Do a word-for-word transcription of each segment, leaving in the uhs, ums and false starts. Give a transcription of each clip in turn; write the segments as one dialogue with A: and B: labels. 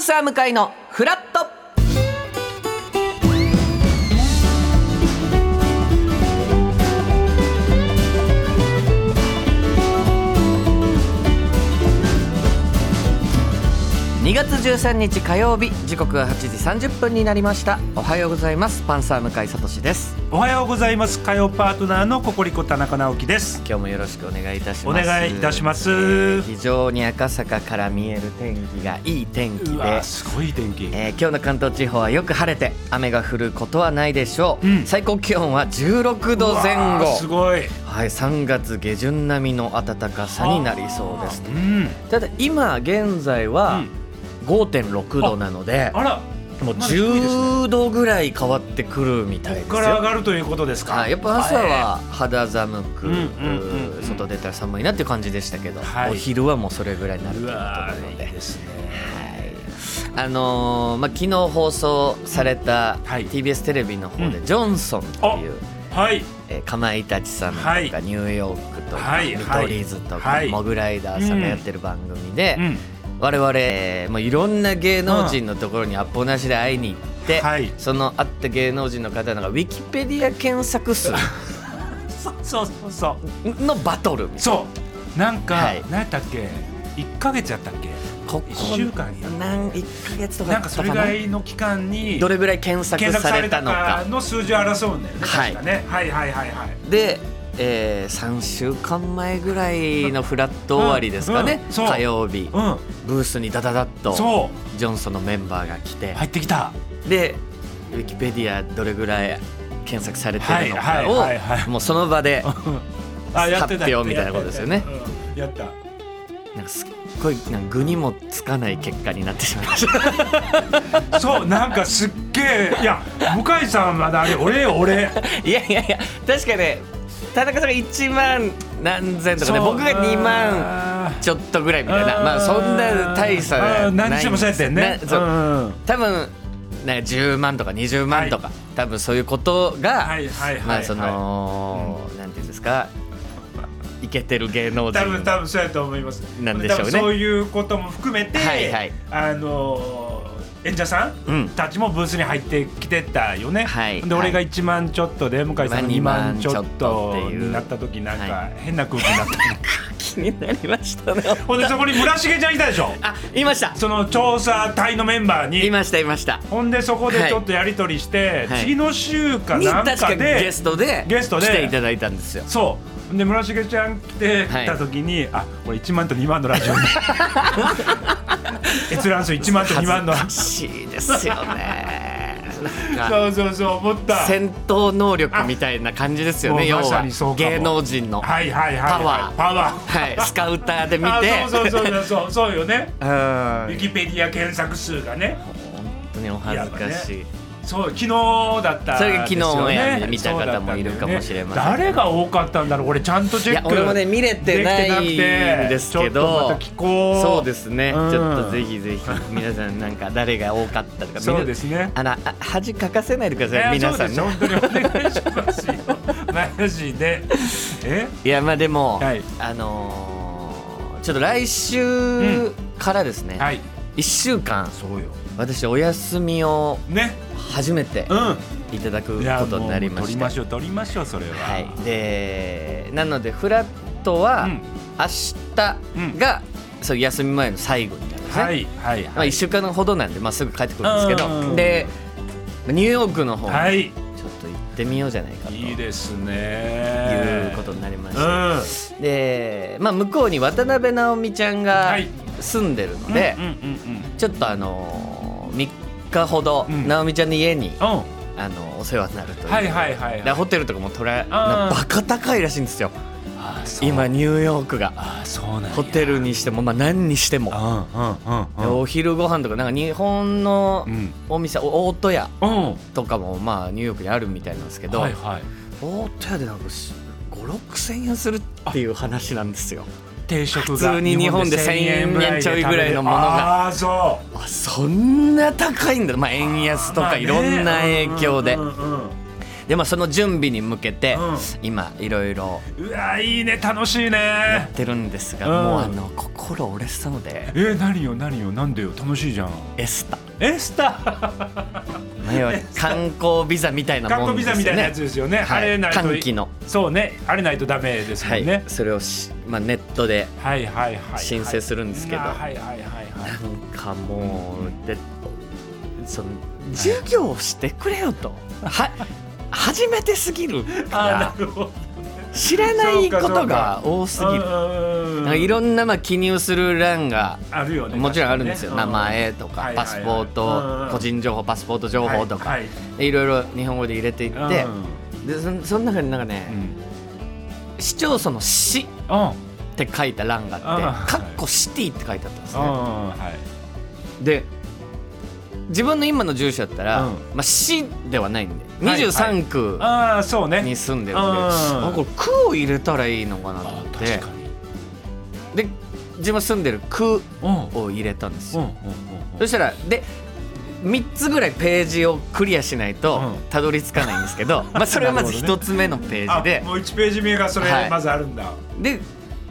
A: サー向かいのフラット。にがつじゅうさんにち火曜日、時刻ははちじさんじゅっぷんになりました。おはようございます。パンサー向井聡です。
B: おはようございます。火曜パートナーのココリコ田中直樹です。
A: 今日もよろしくお願いいたします。
B: お願いいたします、え
A: ー、非常に赤坂から見える天気がいい天気で、
B: うわすごい天気、
A: えー、今日の関東地方はよく晴れて雨が降ることはないでしょう、うん、最高気温はじゅうろくどぜん後。
B: すごい、
A: はい、さんがつ下旬並みの暖かさになりそうです、
B: うん、
A: ただ今現在は、うんごてんろくどなので、
B: あら
A: もうじゅうどぐらい変わってくるみたいですよ。
B: ここから上がるということですか。
A: はい、やっぱ朝は肌寒く、外出たら寒いなっていう感じでしたけど、はい、お昼はもうそれぐらいになるということなので、いいですね。はい、あのーまあ、昨日放送された ティービーエス テレビの方で、うん、ジョンソンという、はい、えー、かまいたちさんとか、はい、ニューヨークとか、はい、見取り図とか、はい、モグライダーさんがやってる番組で、うんうん、我々、えー、もういろんな芸能人のところにアポなしで会いに行って、はい、その会った芸能人の方がウィキペディア検索数
B: そうそうそうそう
A: のバトルみたいな。
B: そうなんか、はい、何やったっけ、いっかげつやったっけ、
A: ここ
B: いっしゅうかんや
A: 何いっかげつとか
B: なんかそれぐらいの期間に
A: どれぐらい検索されたのか
B: の数字を争うんだよね、
A: はい、
B: 確かね。はいはいはいはい。
A: でえー、さんしゅうかんまえぐらいのフラット終わりですかね、うんうん、火曜日、うん、ブースにダダダッとジョンソンのメンバーが来て
B: 入ってきた。で
A: ウィキペディアどれぐらい検索されてるのかを、はいはいはいはい、もうその場で発表みたいなことですよね。
B: やった
A: なんかすっごいなんか具にもつかない結果になってしまいました
B: そうなんかすっげえ、いや向井さんまだあれ俺俺
A: いやいやいや確かね、田中さんがいちまんなんぜんとかね、僕がにまんちょっとぐらいみたいな、まあそんな大差ない。
B: 何してもそうやってんね。
A: そう、うん、多分なんかじゅうまんとかにじゅうまんとか、はい、多分そういうことがまあその、うん、なんていうんですか、イケてる芸能人
B: 多分多分そうやと思います。
A: なんでしょうね。
B: そういうことも含めて、
A: はいはい、あ
B: のー演者さんたちもブースに入ってきてたよね、はい、で俺がいちまんちょっとで向井さんがにまんちょっとになった時なんか変な空気になった、はい、
A: 気になりましたね。
B: ほんでそこに村重ちゃんいたでしょ。
A: あ、いました。
B: その調査隊のメンバーに
A: いましたいました。
B: ほんでそこでちょっとやり取りして、はい、次の週かなんかで
A: 確かゲストで
B: ゲストで
A: 来ていただいたんですよ。
B: そうで村重ちゃん来てた時に、はい、あ、俺いちまんとにまんのラジオに閲覧数いちまんとにまんの
A: 恥ずかしいですよね
B: そうそうそう思った。
A: 戦闘能力みたいな感じですよね。要は芸能人のパワー、
B: パワー、
A: はい、スカウターで見て
B: そうそうそうそうそうよねウィキペディア検索数がね、
A: 本当にお恥ずかしい。
B: そう昨日だったんですよね。
A: それが昨日や見た方もいるかもしれません、ね、
B: 誰が多かったんだろう。俺ちゃんとチェック
A: いや俺もね見れてないんですけど、
B: ちょっとまた聞こう。
A: そうですね、うん、ちょっとぜひぜひ皆さんなんか誰が多かったとか
B: そうですね、
A: あの恥かかせないでください、皆さんね。
B: そうですよ、本当にお願いしますよマジで。え
A: いやまあでも、はい、あのー、ちょっと来週からですね、うん、はい、いっしゅうかんそうよ私お休みをね初めていただくことになりまして、
B: 取りましょう取りましょうそれは、
A: はい、でなのでフラットは明日が、うん、そう休み前の最後になるんですね、はいはいはい、まあ、いっしゅうかんほどなんで、まあ、すぐ帰ってくるんですけど、でニューヨークの方に、はい、ちょっと行ってみようじゃないかと
B: いいですね
A: いうことになりまして、うん、で、まあ、向こうに渡辺直美ちゃんが住んでるので、はい、ちょっとあのみっかほど、うん、直美ちゃんの家に、うん、あのお世話になるという、はいはいはいはい、ホテルとかも取らバカ高いらしいんですよ。あ今ニューヨークがあそうなんやホテルにしても、まあ、何にしても、うんうんうんうん、お昼ご飯とかなんか日本のお店、うん、大戸屋とかも、まあ、ニューヨークにあるみたいなんですけど、はいはい、大戸屋でなんかご、ろくせんえんするっていう話なんですよ。
B: 定食が
A: 普通に日本でせんえんちょいぐらいのものが、
B: あそう
A: あそんな高いんだ、まあ、円安とかいろんな影響で、 でもその準備に向けて、うん、今いろいろ
B: うわいいね楽しいね
A: やってるんですが、うん、もうあの心折れそうで。
B: えー、何よ何よなんでよ楽しいじゃん。
A: エスタ
B: エスタ
A: 観光ビザみたいなもんですよね。観光ビザみたいな
B: やつですよね、はい、あれないと
A: 短期の
B: そうねあれないとダメですもんね、
A: はい、それをし、まあ、ネットで申請するんですけど、なんかもうでその授業をしてくれよとは初めてすぎるから知らないことが多すぎる。なんかいろんなまあ記入する欄がもちろんあるんですよ、ね、名前とかパスポート個人情報パスポート情報とか、はいはい、いろいろ日本語で入れていって、で そ, その中になんかね、うん、市町村の市って書いた欄があってカッコシティって書いてあったんですね、はい、で自分の今の住所だったら、うんまあ、市ではないんでにじゅうさんくに住んでるんで、はいはい、これ区を入れたらいいのかなと思ってで自分住んでる区を入れたんですよ、うんうんうんうん、そしたらでみっつぐらいページをクリアしないとたどり着かないんですけど、うんまあ、それはまずひとつめのページで、
B: ね、もういちページ目がそれまずあるんだ、はい、
A: で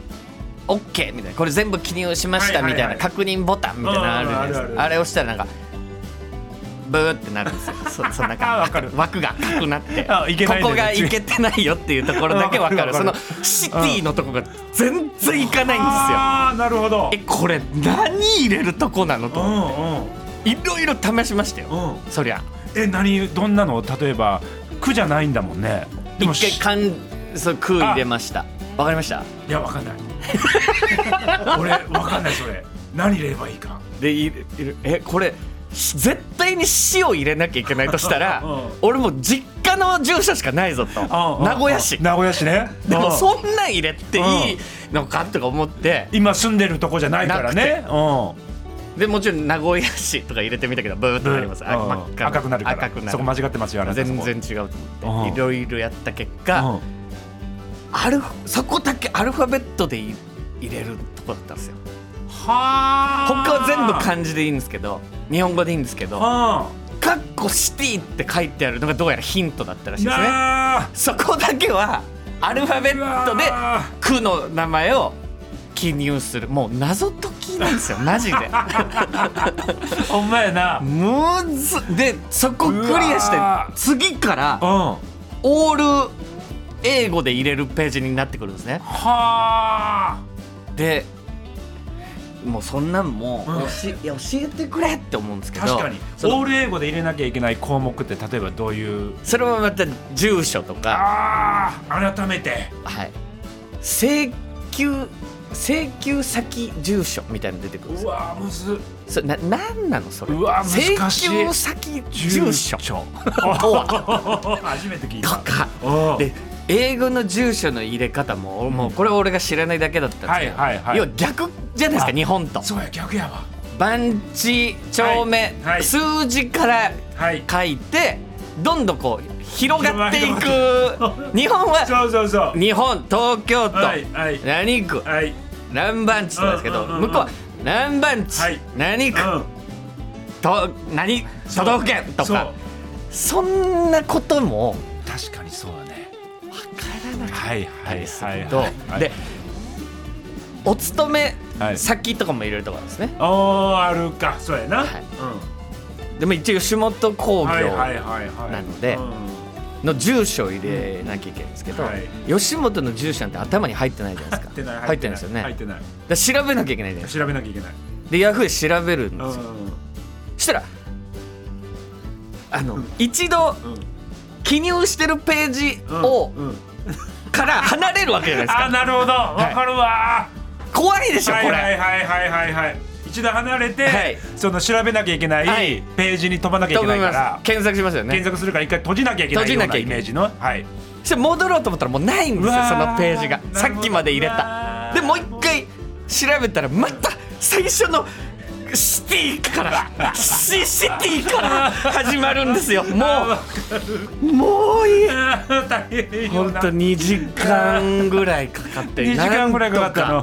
A: OK みたいなこれ全部記入しましたみたいな確認ボタンみたいなのあるじゃないですか、あ, あれ押したらなんかブーってなるんですよ。そ, そなんか枠が赤くなってここがいけてないよっていうところだけ分かる。そのシティのとこが全然いかないんですよ。
B: あーなるほど。
A: えこれ何入れるとこなのと思っていろいろ試しましたよ、うん、そりゃ
B: え何どんなの例えば区じゃないんだもんね。
A: でも一回かんそう区入れました。わかりました。
B: いやわかんない俺わかんないそれ何入れればいいか
A: でいるえこれ絶対に市を入れなきゃいけないとしたらうん、俺も実家の住所しかないぞと、うん、名古屋市
B: 名古屋市ね。
A: でもそんなん入れていいのかとか思って
B: 今住んでるとこじゃないからね。
A: でもちろん名古屋市とか入れてみたけどブーッとなります、うん、
B: 真っ赤赤くなるから赤くなるそこ間違ってますよ。あれ
A: 全然違うと思っていろいろやった結果、うん、アルそこだけアルファベットで入れるとこだったんですよ。
B: は
A: 他は全部漢字でいいんですけど日本語でいいんですけどカッコシティって書いてあるのがどうやらヒントだったらしいですね。そこだけはアルファベットで区の名前を記入するもう謎解きなんですよマジで
B: ほんまやな
A: むずでそこクリアして次からオール英語で入れるページになってくるんですね。
B: は
A: ーでもうそんなんもう、うん、教, いや教えてくれって思うんですけど
B: 確かにオール英語で入れなきゃいけない項目って例えばどういう
A: それもまた住所とか
B: あ改めて
A: はい請求請求先住所みたいなの出てくるんですよ。
B: うわむず
A: それな何なのそれ
B: うわ難しい
A: 請求先住所
B: 初めて聞いた
A: とかで英語の住所の入れ方も、うん、もうこれ俺が知らないだけだったんですけど、はいはいはい、要は逆じゃないですか日本と。
B: そうや逆やわ。
A: 番地丁目、はいはい、数字から書いて、はい、どんどんこう広がっていく日本は
B: そうそうそう
A: 日本東京都、
B: はいはい、
A: 何区、はい、何番地とかですけど、うんうんうんうん、向こうは何番地、はい、何区、うん、と何都道府県とか そ, そんなことも
B: 確かにそうだね
A: はいはいはいはい、でお勤め先とかも入れるところですね、
B: はい、ああるかそうやな、はい
A: うん、でも一応吉本興業なのでの住所を入れなきゃいけないんですけど、はい、吉本の住所なんて頭に入ってないじゃないですか。入ってない入ってないですよね。
B: 入ってない
A: だ調べなきゃいけないじゃないですか。
B: 調べなきゃいけない
A: でヤフーで調べるんですよ。そしたらあの、うん、一度記入してるページを、うんうんから離れるわけじゃないですか。
B: あなるほどわかるわ、は
A: い、怖いでしょこれ。
B: はいはいはいはいはい一度離れて、はい、その調べなきゃいけないページに飛ばなきゃいけないから、はい、
A: 検索しますよね。
B: 検索するから一回閉じなきゃいけないようなイメージのはい
A: そして戻ろうと思ったらもうないんですよそのページがさっきまで入れたでもう一回調べたらまた最初のシティからシ, シティから始まるんですよ。もうもういい本当にじかんぐらいかかって
B: にじかんぐらいかかったの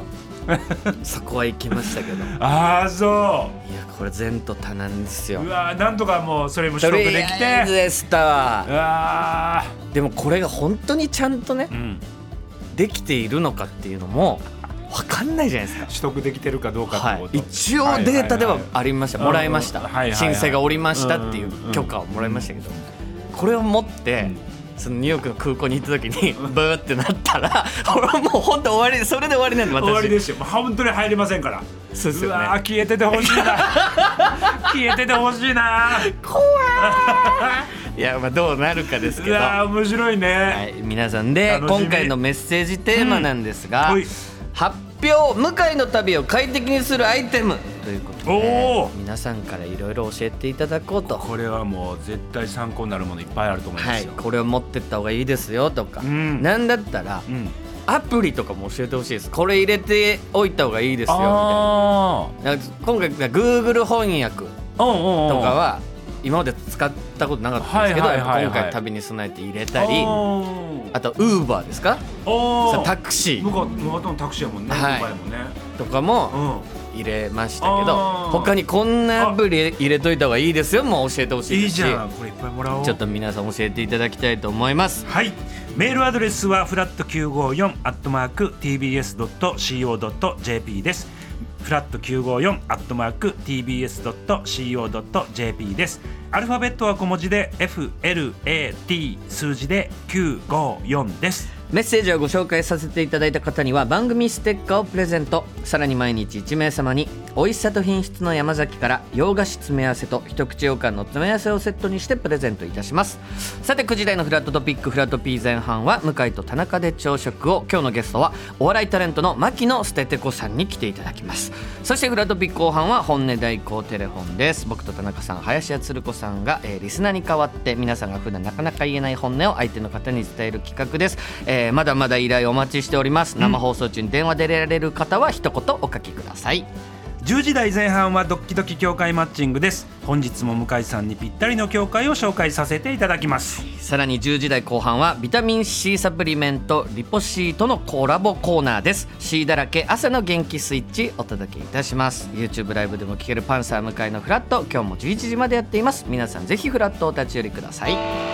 A: そこは行きましたけど。
B: ああそう。
A: いやこれ前途多難ですよ。
B: うわなんとかもうそれも取得できて。とりあえず
A: でしたわ。
B: うわ
A: でもこれが本当にちゃんとね、うん、できているのかっていうのも分かんないじゃないですか。
B: 取得できてるかどうかってこと、
A: はい、一応データではありました、はいはいはい、もらいました、はいはいはい、申請がおりましたっていう許可をもらいましたけど、うんうん、これを持って、うん、そのニューヨークの空港に行った時にブーってなったら俺もう本当終わり、それで終わりなんで。私
B: 終わりですよ。もう本当に入れませんから。
A: そうですよね。
B: うわ消えててほしいな消えててほしいな
A: 怖いいやまあどうなるかですけど。
B: うわ面白いね、
A: はい、皆さんで今回のメッセージテーマなんですが、うん、発表向井の旅を快適にするアイテムということで、皆さんからいろいろ教えていただこうと。
B: これはもう絶対参考になるものいっぱいあると思いますよ、
A: はい、これを持ってった方がいいですよとか、うん、なんだったら、うん、アプリとかも教えてほしいです。これ入れておいた方がいいですよみたいな。今回 Google 翻訳とかは今まで使ったことなかったんですけど、はいはいはいはい、今回旅に備えて入れたり、あと Uber ですか、タクシー、
B: 向こうのタクシーやもんね、はい、もね
A: とかも入れましたけど、他にこんなアプリ入れといた方がいいですよも教えてほしいですし、
B: いいじゃん、これいっぱいもらおう。
A: ちょっと皆さん教えていただきたいと思います。
B: はい、メールアドレスはフラットきゅうごよんアットマーク ティービーエスドットシーオードットジェーピー です。フラットきゅうごよんアットマーク ティービーエスドットシーオードットジェーピー です。アルファベットは小文字で エフエルエーティー 数字できゅうごよんです。
A: メッセージをご紹介させていただいた方には番組ステッカーをプレゼント。さらに毎日いち名様に美味しさと品質の山崎から洋菓子詰め合わせと一口羊羹の詰め合わせをセットにしてプレゼントいたします。さてくじ台のフラットトピックフラット P 前半は向井と田中で朝食を。今日のゲストはお笑いタレントの牧野ステテコさんに来ていただきます。そしてフラットピック後半は本音代行テレフォンです。僕と田中さん、林家つる子さんが、えー、リスナーに代わって皆さんが普段なかなか言えない本音を相手の方に伝える企画です。えー、まだまだ依頼お待ちしております。生放送中に電話で出られる方は一言お書きください。
B: じゅうじ台前半はドッキドキ協会マッチングです。本日も向井さんにぴったりの協会を紹介させていただきます。
A: さらにじゅうじ台後半はビタミン C サプリメントリポシートのコラボコーナーです。 C だらけ朝の元気スイッチお届けいたします。 YouTube ライブでも聴けるパンサー向井のフラット、今日もじゅういちじまでやっています。皆さんぜひフラットお立ち寄りください。